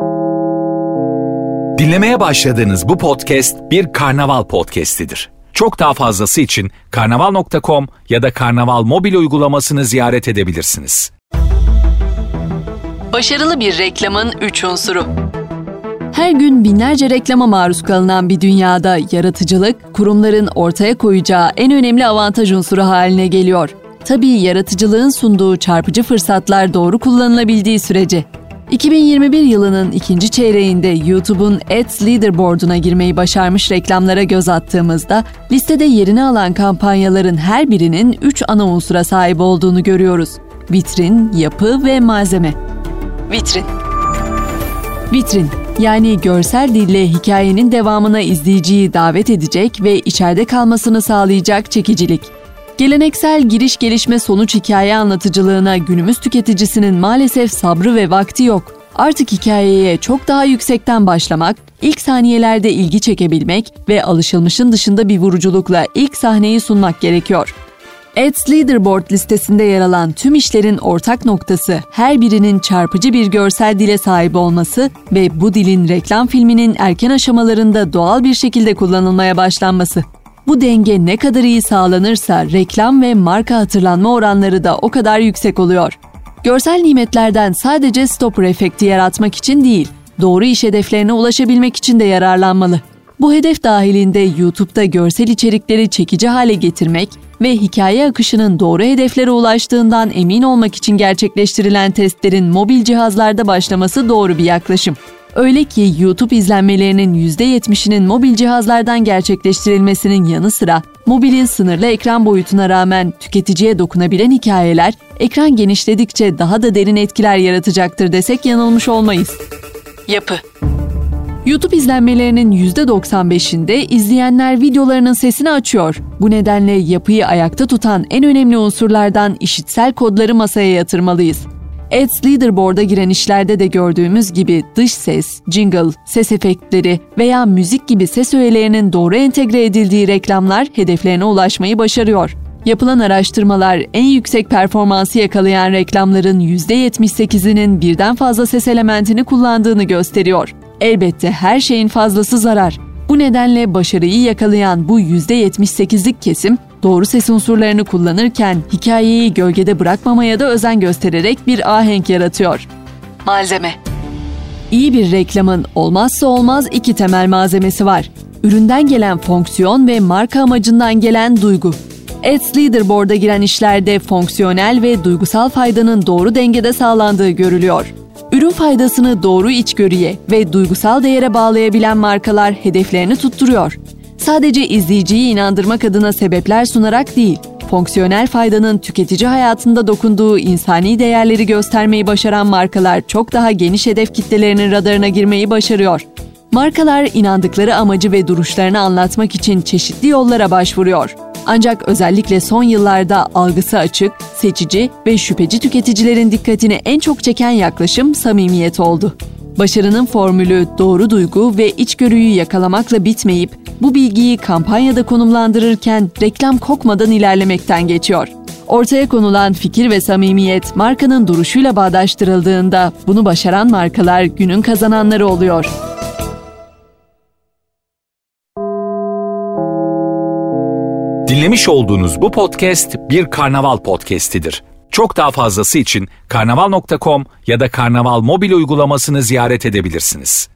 Dinlemeye başladığınız bu podcast bir Karnaval podcastidir. Çok daha fazlası için karnaval.com ya da Karnaval mobil uygulamasını ziyaret edebilirsiniz. Başarılı bir reklamın 3 unsuru. Her gün binlerce reklama maruz kalınan bir dünyada yaratıcılık, kurumların ortaya koyacağı en önemli avantaj unsuru haline geliyor. Tabii yaratıcılığın sunduğu çarpıcı fırsatlar doğru kullanılabildiği sürece. 2021 yılının ikinci çeyreğinde YouTube'un Ads Leaderboard'una girmeyi başarmış reklamlara göz attığımızda listede yerini alan kampanyaların her birinin 3 ana unsura sahip olduğunu görüyoruz. Vitrin, yapı ve malzeme. Vitrin, yani görsel dille hikayenin devamına izleyiciyi davet edecek ve içeride kalmasını sağlayacak çekicilik. Geleneksel giriş gelişme sonuç hikaye anlatıcılığına günümüz tüketicisinin maalesef sabrı ve vakti yok. Artık hikayeye çok daha yüksekten başlamak, ilk saniyelerde ilgi çekebilmek ve alışılmışın dışında bir vuruculukla ilk sahneyi sunmak gerekiyor. Ads Leaderboard listesinde yer alan tüm işlerin ortak noktası her birinin çarpıcı bir görsel dile sahip olması ve bu dilin reklam filminin erken aşamalarında doğal bir şekilde kullanılmaya başlanması. Bu denge ne kadar iyi sağlanırsa reklam ve marka hatırlanma oranları da o kadar yüksek oluyor. Görsel nimetlerden sadece stopper efekti yaratmak için değil, doğru iş hedeflerine ulaşabilmek için de yararlanmalı. Bu hedef dahilinde YouTube'da görsel içerikleri çekici hale getirmek ve hikaye akışının doğru hedeflere ulaştığından emin olmak için gerçekleştirilen testlerin mobil cihazlarda başlaması doğru bir yaklaşım. Öyle ki YouTube izlenmelerinin %70'inin mobil cihazlardan gerçekleştirilmesinin yanı sıra mobilin sınırlı ekran boyutuna rağmen tüketiciye dokunabilen hikayeler ekran genişledikçe daha da derin etkiler yaratacaktır desek yanılmış olmayız. Yapı. YouTube izlenmelerinin %95'inde izleyenler videolarının sesini açıyor. Bu nedenle yapıyı ayakta tutan en önemli unsurlardan işitsel kodları masaya yatırmalıyız. Ads Leaderboard'a giren işlerde de gördüğümüz gibi dış ses, jingle, ses efektleri veya müzik gibi ses öğelerinin doğru entegre edildiği reklamlar hedeflerine ulaşmayı başarıyor. Yapılan araştırmalar en yüksek performansı yakalayan reklamların %78'inin birden fazla ses elementini kullandığını gösteriyor. Elbette her şeyin fazlası zarar. Bu nedenle başarıyı yakalayan bu %78'lik kesim doğru ses unsurlarını kullanırken hikayeyi gölgede bırakmamaya da özen göstererek bir ahenk yaratıyor. Malzeme. İyi bir reklamın olmazsa olmaz 2 temel malzemesi var. Üründen gelen fonksiyon ve marka amacından gelen duygu. Ads Leaderboard'a giren işlerde fonksiyonel ve duygusal faydanın doğru dengede sağlandığı görülüyor. Ürün faydasını doğru içgörüye ve duygusal değere bağlayabilen markalar hedeflerini tutturuyor. Sadece izleyiciyi inandırmak adına sebepler sunarak değil, fonksiyonel faydanın tüketici hayatında dokunduğu insani değerleri göstermeyi başaran markalar çok daha geniş hedef kitlelerinin radarına girmeyi başarıyor. Markalar inandıkları amacı ve duruşlarını anlatmak için çeşitli yollara başvuruyor. Ancak özellikle son yıllarda algısı açık, seçici ve şüpheci tüketicilerin dikkatini en çok çeken yaklaşım samimiyet oldu. Başarının formülü doğru duygu ve içgörüyü yakalamakla bitmeyip bu bilgiyi kampanyada konumlandırırken reklam kokmadan ilerlemekten geçiyor. Ortaya konulan fikir ve samimiyet markanın duruşuyla bağdaştırıldığında bunu başaran markalar günün kazananları oluyor. Dinlemiş olduğunuz bu podcast bir Karnaval podcastidir. Çok daha fazlası için karnaval.com ya da Karnaval mobil uygulamasını ziyaret edebilirsiniz.